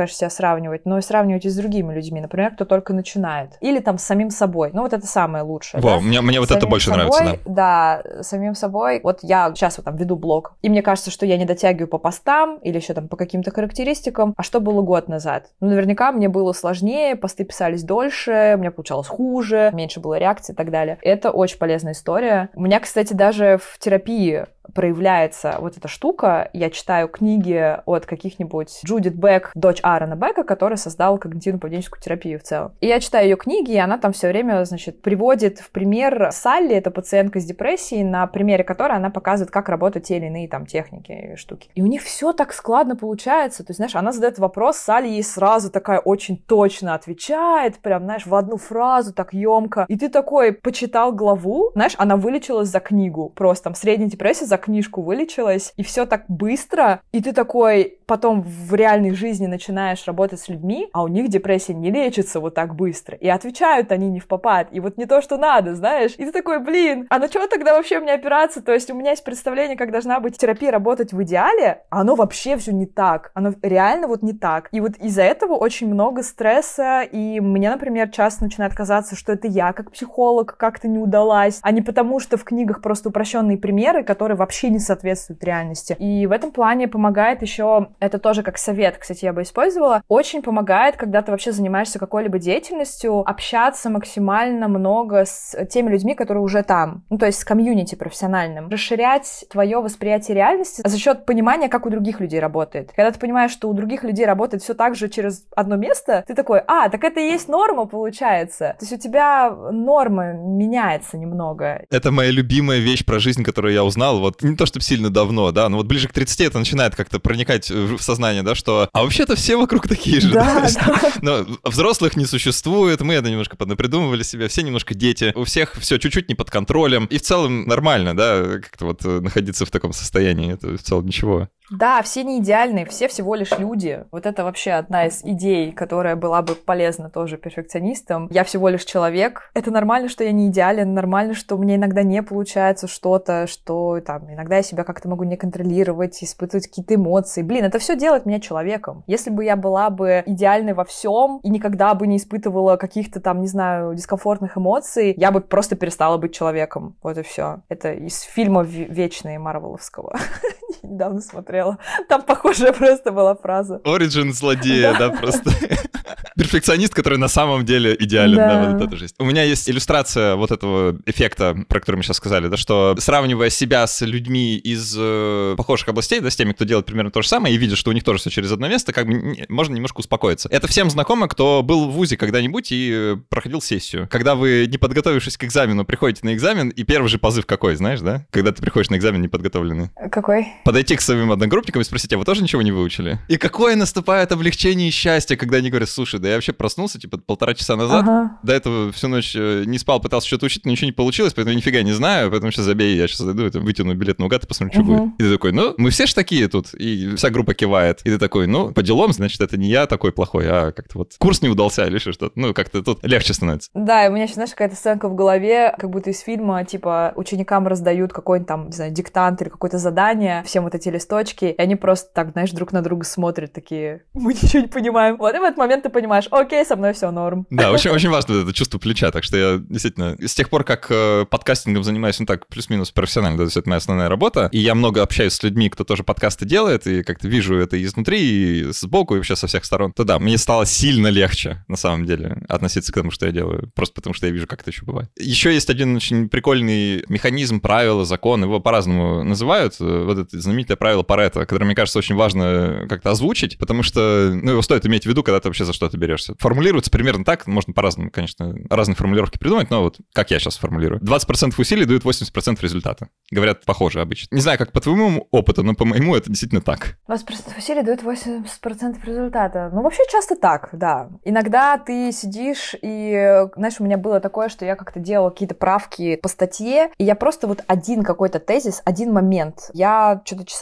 сравнивать, но и сравнивать и с другими людьми, например, кто только начинает. Или там с самим собой. Ну, вот это самое лучшее. Во, да? мне вот это больше нравится, да. Да, самим собой. Вот я сейчас вот там веду блог, и мне кажется, что я не дотягиваю по постам или еще там по каким-то характеристикам. А что было год назад? Ну, наверняка мне было сложнее, посты писались дольше, мне получалось хуже, меньше было реакций и так далее. Это очень полезная история. У меня, кстати, даже в терапии проявляется вот эта штука. Я читаю книги от каких-нибудь Джудит Бек, дочь Аарона Бека, который создал когнитивно-поведенческую терапию в целом. И я читаю ее книги, и она там все время, значит, приводит в пример Салли, это пациентка с депрессией, на примере которой она показывает, как работают те или иные там техники и штуки. И у них все так складно получается. То есть, знаешь, она задает вопрос, Салли ей сразу такая очень точно отвечает, прям, знаешь, в одну фразу так емко. И ты такой почитал главу, знаешь, она вылечилась за книгу. Просто там средняя депрессия за книжку вылечилась, и все так быстро, и ты такой потом в реальной жизни начинаешь работать с людьми, а у них депрессия не лечится вот так быстро, и отвечают они не впопад, и вот не то, что надо, знаешь, и ты такой, блин, а на чего тогда вообще мне опираться? То есть у меня есть представление, как должна быть терапия работать в идеале, а оно вообще все не так, оно реально вот не так, и вот из-за этого очень много стресса, и мне, например, часто начинает казаться, что это я как психолог как-то не удалась, а не потому, что в книгах просто упрощенные примеры, которые вообще не соответствуют реальности. И в этом плане помогает еще, это тоже как совет, кстати, я бы использовала, очень помогает, когда ты вообще занимаешься какой-либо деятельностью, общаться максимально много с теми людьми, которые уже там, ну, то есть с комьюнити профессиональным, расширять твое восприятие реальности за счет понимания, как у других людей работает. Когда ты понимаешь, что у других людей работает все так же через одно место, ты такой, так это и есть норма, получается. То есть у тебя норма меняется немного. Это моя любимая вещь про жизнь, которую я узнал, вот не то чтобы сильно давно, да, но вот ближе к 30 это начинает как-то проникать в сознание, да, что, а вообще-то все вокруг такие же. Да, да. Но взрослых не существует, мы это немножко поднапридумывали себе, все немножко дети, у всех все чуть-чуть не под контролем, и в целом нормально, да, как-то вот находиться в таком состоянии, это в целом ничего. Да, все не идеальны, все всего лишь люди. Вот это вообще одна из идей, которая была бы полезна тоже перфекционистам. Я всего лишь человек. Это нормально, что я не идеален, нормально, что у меня иногда не получается что-то, что там иногда я себя как-то могу не контролировать, испытывать какие-то эмоции. Блин, это все делает меня человеком. Если бы я была бы идеальной во всем и никогда бы не испытывала каких-то там, не знаю, дискомфортных эмоций, я бы просто перестала быть человеком. Вот и все. Это из фильма «Вечные» Марвеловского. Недавно смотрела. Там похожая просто была фраза. Origin злодея, да, просто. Перфекционист, который на самом деле идеален, да, вот это жизнь. У меня есть иллюстрация вот этого эффекта, про который мы сейчас сказали, да, что сравнивая себя с людьми из похожих областей, да, с теми, кто делает примерно то же самое, и видит, что у них тоже все через одно место, как бы можно немножко успокоиться. Это всем знакомо, кто был в вузе когда-нибудь и проходил сессию. Когда вы, не подготовившись к экзамену, приходите на экзамен, и первый же позыв какой, знаешь, да? Когда ты приходишь на экзамен неподготовленный. Какой? Подойти к своим одногруппникам и спросить, а вы тоже ничего не выучили? И какое наступает облегчение и счастье, когда они говорят, слушай, да я вообще проснулся, типа, 1,5 часа назад, до этого всю ночь не спал, пытался что-то учить, но ничего не получилось, поэтому нифига не знаю, поэтому сейчас забей, я сейчас зайду, вытяну билет наугад и посмотрю, что будет. И ты такой, ну, мы все ж такие тут, и вся группа кивает. И ты такой, ну, по делам, значит, это не я такой плохой, а как-то вот курс не удался или что-то. Ну, как-то тут легче становится. Да, и у меня сейчас, знаешь, какая-то сценка в голове, как будто из фильма, типа, ученикам раздают какой-нибудь там, не знаю, диктант или какое-то задание, всем вот эти листочки, и они просто так, знаешь, друг на друга смотрят, такие, мы ничего не понимаем. Вот и в этот момент ты понимаешь, окей, со мной все норм. Да, очень важно это чувство плеча, так что я действительно, с тех пор, как подкастингом занимаюсь, ну так, плюс-минус профессионально, то есть это моя основная работа, и я много общаюсь с людьми, кто тоже подкасты делает, и как-то вижу это изнутри, и сбоку, и вообще со всех сторон, то да, мне стало сильно легче, на самом деле, относиться к тому, что я делаю, просто потому что я вижу, как это еще бывает. Еще есть один очень прикольный механизм, правила, закон, его по-разному называют, вот это знаменитое правило Парето, которое, мне кажется, очень важно как-то озвучить, потому что, ну, его стоит иметь в виду, когда ты вообще за что-то берешься. Формулируется примерно так, можно по-разному, конечно, разные формулировки придумать, но вот как я сейчас формулирую. 20% усилий дают 80% результата. Говорят, похоже обычно. Не знаю, как по твоему опыту, но по моему это действительно так. 20% усилий дают 80% результата. Ну, вообще часто так, да. Иногда ты сидишь и, знаешь, у меня было такое, что я как-то делала какие-то правки по статье, и я просто вот один какой-то тезис, один момент. Я что-то часа 2, наверное,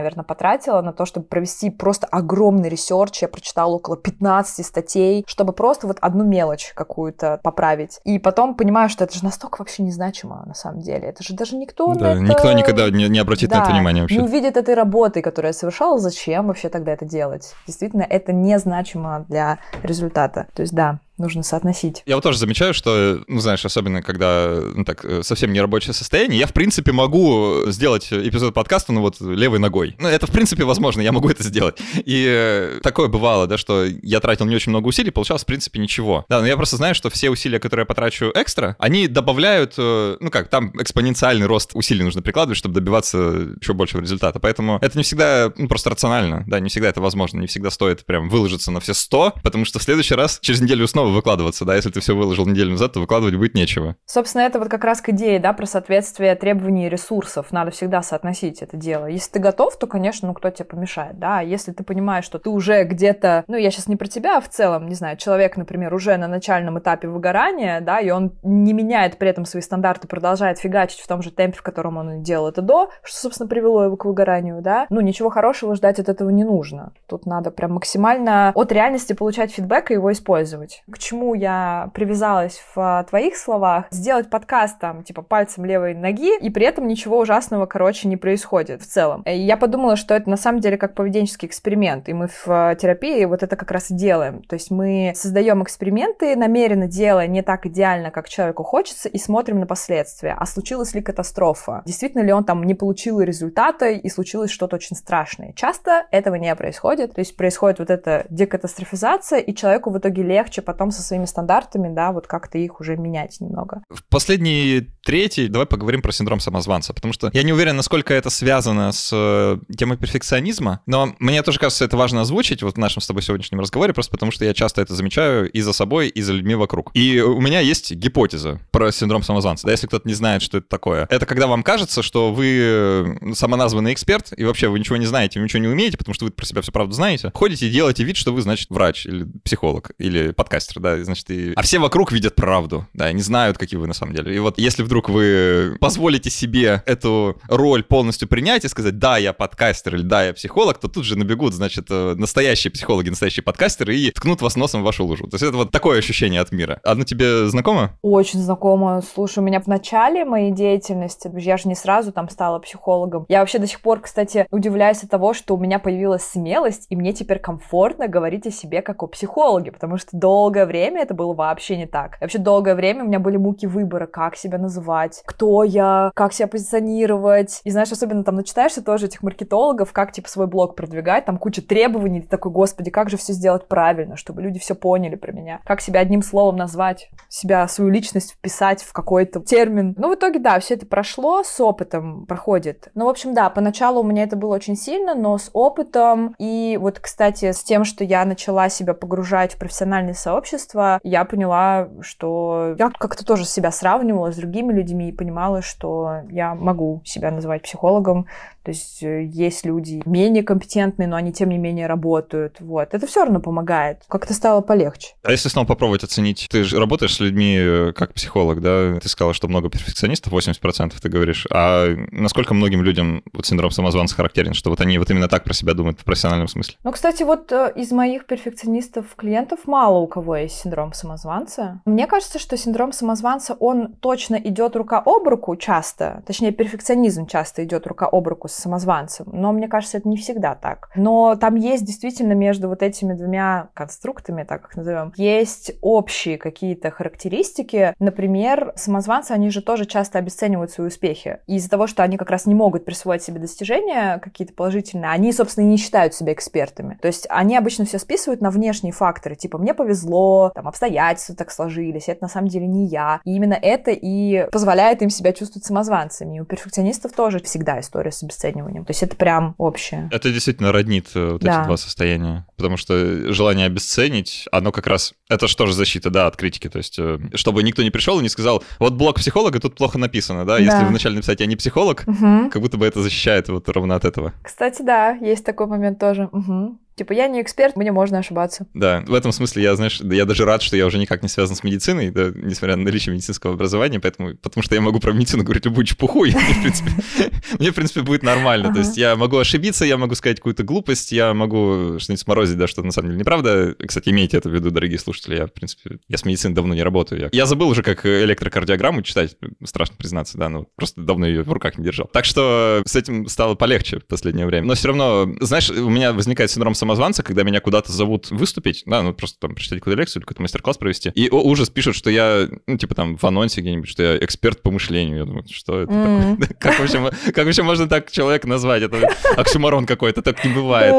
наверное, потратила на то, чтобы провести просто огромный ресерч. Я прочитала около 15 статей, чтобы просто вот одну мелочь какую-то поправить. И потом понимаю, что это же настолько вообще незначимо на самом деле. Это же даже никто на это... никто никогда не обратит на это внимания вообще. Не увидит этой работы, которую я совершала. Зачем вообще тогда это делать? Действительно, это незначимо для результата. То есть, да, нужно соотносить. Я вот тоже замечаю, что, знаешь, особенно когда совсем не рабочее состояние, я, в принципе, могу сделать эпизод подкаста, левой ногой. Это, в принципе, возможно, я могу это сделать. И такое бывало, да, что я тратил не очень много усилий, получалось, в принципе, ничего. Да, но я просто знаю, что все усилия, которые я потрачу экстра, они добавляют, там экспоненциальный рост усилий нужно прикладывать, чтобы добиваться еще большего результата. Поэтому это не всегда просто рационально, да, не всегда это возможно, не всегда стоит прям выложиться на все 100, потому что в следующий раз, через неделю снова выкладываться, да, если ты все выложил неделю назад, то выкладывать будет нечего. Собственно, это вот как раз к идее, да, про соответствие требований и ресурсов. Надо всегда соотносить это дело. Если ты готов, то, конечно, кто тебе помешает, да, а если ты понимаешь, что ты уже где-то, я сейчас не про тебя, а в целом, не знаю, человек, например, уже на начальном этапе выгорания, да, и он не меняет при этом свои стандарты, продолжает фигачить в том же темпе, в котором он делал это до, что, собственно, привело его к выгоранию, да, ничего хорошего ждать от этого не нужно. Тут надо прям максимально от реальности получать фидбэк и его использовать. К чему я привязалась в твоих словах? Сделать подкаст там, типа, пальцем левой ноги, и при этом ничего ужасного, не происходит в целом. И я подумала, что это на самом деле как поведенческий эксперимент, и мы в терапии вот это как раз и делаем. То есть мы создаем эксперименты, намеренно делая не так идеально, как человеку хочется, и смотрим на последствия. А случилась ли катастрофа? Действительно ли он там не получил результата, и случилось что-то очень страшное? Часто этого не происходит. То есть происходит вот эта декатастрофизация, и человеку в итоге легче потом со своими стандартами, да, вот как-то их уже менять немного. В последний третий давай поговорим про синдром самозванца, потому что я не уверен, насколько это связано с темой перфекционизма, но мне тоже кажется, это важно озвучить вот в нашем с тобой сегодняшнем разговоре, просто потому что я часто это замечаю и за собой, и за людьми вокруг. И у меня есть гипотеза про синдром самозванца, да, если кто-то не знает, что это такое. Это когда вам кажется, что вы самоназванный эксперт, и вообще вы ничего не знаете, вы ничего не умеете, потому что вы про себя всю правду знаете, ходите и делаете вид, что вы, значит, врач или психолог, или подкастер, да, значит, а все вокруг видят правду, да, не знают, какие вы на самом деле. И вот если вдруг вы позволите себе эту роль полностью принять и сказать, да, я подкастер или да, я психолог, то тут же набегут, значит, настоящие психологи, настоящие подкастеры и ткнут вас носом в вашу лужу. То есть это вот такое ощущение от мира. Оно тебе знакомо? Очень знакомо. Слушай, у меня в начале моей деятельности, я же не сразу там стала психологом. Я вообще до сих пор, кстати, удивляюсь от того, что у меня появилась смелость, и мне теперь комфортно говорить о себе как о психологе, потому что долгое время это было вообще не так. Вообще долгое время у меня были муки выбора, как себя называть, кто я, как себя позиционировать. И знаешь, особенно там начитаешься тоже этих маркетологов, как типа свой блог продвигать, там куча требований, ты такой, господи, как же все сделать правильно, чтобы люди все поняли про меня. Как себя одним словом назвать, себя, свою личность вписать в какой-то термин. В итоге, да, все это прошло, с опытом проходит. В общем, да, поначалу у меня это было очень сильно, но с опытом и вот, кстати, с тем, что я начала себя погружать в профессиональное сообщество, я поняла, что я как-то тоже себя сравнивала с другими людьми и понимала, что я могу себя называть психологом. То есть есть люди менее компетентные, но они тем не менее работают. Вот. Это все равно помогает. Как-то стало полегче. А если снова попробовать оценить? Ты же работаешь с людьми как психолог, да? Ты сказала, что много перфекционистов, 80% ты говоришь. А насколько многим людям вот синдром самозванца характерен, что вот они вот именно так про себя думают в профессиональном смысле? Кстати, вот из моих перфекционистов-клиентов мало у кого есть синдром самозванца. Мне кажется, что синдром самозванца, он точно идет рука об руку часто. Точнее, перфекционизм часто идет рука об руку с самозванцем, но мне кажется, это не всегда так. Но там есть действительно между вот этими двумя конструктами, так их назовем, есть общие какие-то характеристики. Например, самозванцы, они же тоже часто обесценивают свои успехи. И из-за того, что они как раз не могут присвоить себе достижения какие-то положительные, они, собственно, и не считают себя экспертами. То есть они обычно все списывают на внешние факторы, типа «мне повезло», там «обстоятельства так сложились», это на самом деле не я. И именно это и позволяет им себя чувствовать самозванцами. И у перфекционистов тоже всегда история с обесцениванием. То есть это прям общее. Это действительно роднит вот эти два состояния. Потому что желание обесценить, оно как раз... Это что же защита, да, от критики. То есть чтобы никто не пришел и не сказал, вот блог психолога тут плохо написано, да? Если вначале написать «я не психолог», как будто бы это защищает вот ровно от этого. Кстати, да, есть такой момент тоже. Типа, я не эксперт, мне можно ошибаться. Да, в этом смысле я даже рад, что я уже никак не связан с медициной, да, несмотря на наличие медицинского образования, потому что я могу про медицину говорить любую чепуху, и мне, в принципе, будет нормально. То есть я могу ошибиться, я могу сказать какую-то глупость, я могу что-нибудь сморозить, да, что на самом деле неправда. Кстати, имейте это в виду, дорогие слушатели, я, в принципе, с медициной давно не работаю. Я забыл уже, как электрокардиограмму читать, страшно признаться, да, но просто давно ее в руках не держал. Так что с этим стало полегче в последнее время. Но все равно, знаешь, у меня возникает синдром самозванца, когда меня куда-то зовут выступить, да, ну просто там прочитать какую-то лекцию или какой-то мастер-класс провести, и ужас пишут, что я, ну типа там в анонсе где-нибудь, что я эксперт по мышлению. Я думаю, что это такое? Как вообще можно так человека назвать? Это оксюморон какой-то, так не бывает.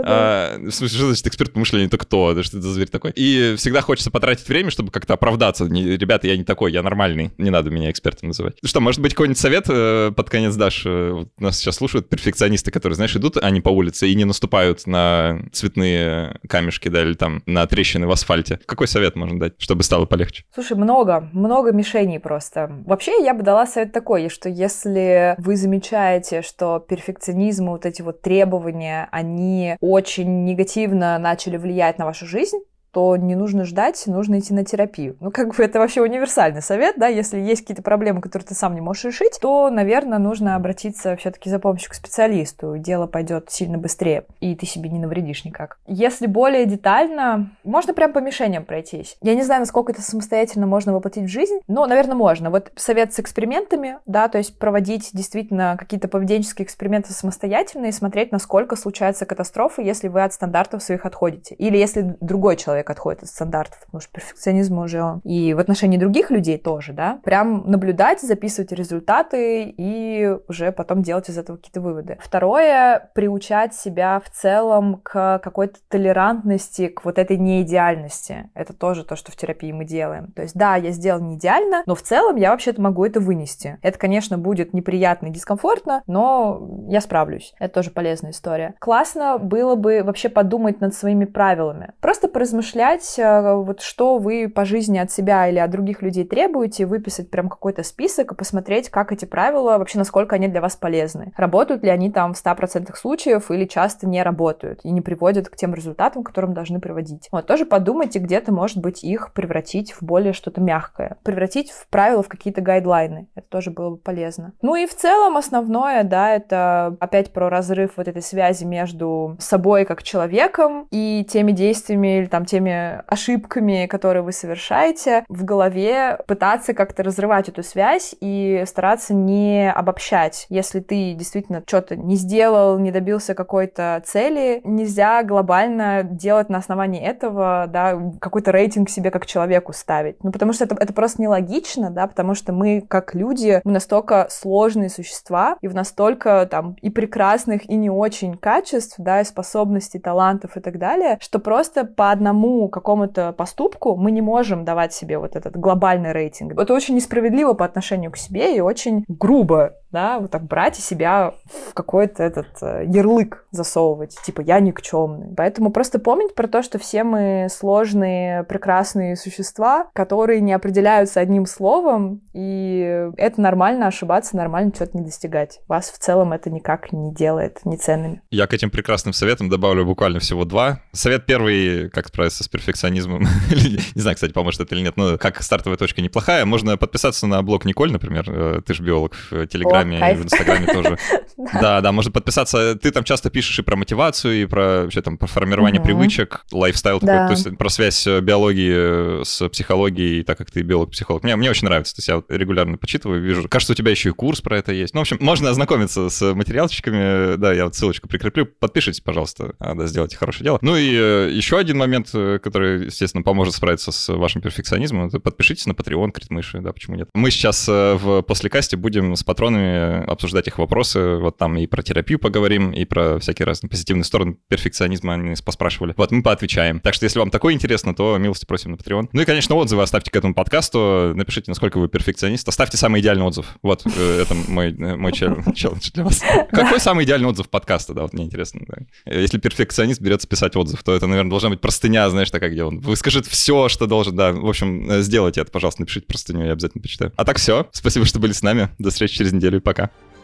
В смысле, что значит эксперт по мышлению? Это кто? Да что это за зверь такой? И всегда хочется потратить время, чтобы как-то оправдаться. Ребята, я не такой, я нормальный. Не надо меня экспертом называть. Что, может быть, какой-нибудь совет под конец дашь? Нас сейчас слушают перфекционисты, которые, знаешь, идут они по улице и не наступают на цветные камешки, да, или там на трещины в асфальте. Какой совет можно дать, чтобы стало полегче? Слушай, много мишеней просто. Вообще, я бы дала совет такой, что если вы замечаете, что перфекционизм, вот эти вот требования, они очень негативно начали влиять на вашу жизнь, то не нужно ждать, нужно идти на терапию. Ну, как бы это вообще универсальный совет, да, если есть какие-то проблемы, которые ты сам не можешь решить, то, наверное, нужно обратиться все-таки за помощью к специалисту, дело пойдет сильно быстрее, и ты себе не навредишь никак. Если более детально, можно прям по мишеням пройтись. Я не знаю, насколько это самостоятельно можно воплотить в жизнь, но, наверное, можно. Вот совет с экспериментами, да, то есть проводить действительно какие-то поведенческие эксперименты самостоятельно и смотреть, насколько случаются катастрофы, если вы от стандартов своих отходите, или если другой человек отходит от стандартов, потому что перфекционизм уже он и в отношении других людей тоже, да, прям наблюдать, записывать результаты и уже потом делать из этого какие-то выводы. Второе, приучать себя в целом к какой-то толерантности, к вот этой неидеальности. Это тоже то, что в терапии мы делаем. То есть, да, я сделал не идеально, но в целом я вообще-то могу это вынести. Это, конечно, будет неприятно и дискомфортно, но я справлюсь. Это тоже полезная история. Классно было бы вообще подумать над своими правилами. Просто поразмышлять, вот что вы по жизни от себя или от других людей требуете, выписать прям какой-то список и посмотреть, как эти правила, вообще насколько они для вас полезны. Работают ли они там в 100% случаев или часто не работают и не приводят к тем результатам, к которым должны приводить. Вот, тоже подумайте, где-то, может быть, их превратить в более что-то мягкое. Превратить в правила, в какие-то гайдлайны. Это тоже было бы полезно. Ну и в целом основное, да, это опять про разрыв вот этой связи между собой как человеком и теми действиями или там теми ошибками, которые вы совершаете, в голове пытаться как-то разрывать эту связь и стараться не обобщать. Если ты действительно что-то не сделал, не добился какой-то цели, нельзя глобально делать на основании этого, да, какой-то рейтинг себе как человеку ставить. Ну, потому что это просто нелогично, да, потому что мы, как люди, мы настолько сложные существа, и в настолько там и прекрасных, и не очень качеств, да, и способностей, талантов и так далее, что просто по одному какому-то поступку мы не можем давать себе вот этот глобальный рейтинг. Это очень несправедливо по отношению к себе и очень грубо, да, вот так брать и себя в какой-то этот ярлык засовывать, типа я никчемный. Поэтому просто помнить про то, что все мы сложные, прекрасные существа, которые не определяются одним словом, и это нормально ошибаться, нормально что-то не достигать. Вас в целом это никак не делает неценными. Я к этим прекрасным советам добавлю буквально всего два. Совет первый, как справиться с перфекционизмом. Не знаю, кстати, поможет это или нет, но как стартовая точка неплохая. Можно подписаться на блог Николь, например. Ты же биолог в Телеграме. И в Инстаграме тоже. Да, можно подписаться. Ты там часто пишешь и про мотивацию, и про вообще там про формирование привычек, лайфстайл такой, то есть про связь биологии с психологией, так как ты биолог-психолог. Мне очень нравится, то есть я регулярно почитываю, вижу. Кажется, у тебя еще и курс про это есть. Ну, в общем, можно ознакомиться с материалчиками. Да, я вот ссылочку прикреплю. Подпишитесь, пожалуйста. Да, сделайте хорошее дело. Ну и еще один момент, который, естественно, поможет справиться с вашим перфекционизмом, это подпишитесь на Patreon Критмыши, да, почему нет. Мы сейчас в послекасте будем с патронами обсуждать их вопросы, вот там и про терапию поговорим, и про всякие разные позитивные стороны перфекционизма они поспрашивали. Вот, мы поотвечаем. Так что, если вам такое интересно, то милости просим на Patreon. Ну и, конечно, отзывы оставьте к этому подкасту, напишите, насколько вы перфекционист, оставьте самый идеальный отзыв. Вот, это мой челлендж для вас. Какой самый идеальный отзыв подкаста, да, вот мне интересно. Да. Если перфекционист берется писать отзыв, то это, наверное, должна быть простыня, знаешь, такая, где он выскажет все, что должен, да. В общем, сделайте это, пожалуйста, напишите простыню, я обязательно почитаю. А так все, спасибо, что были с нами, до встречи через неделю, пока.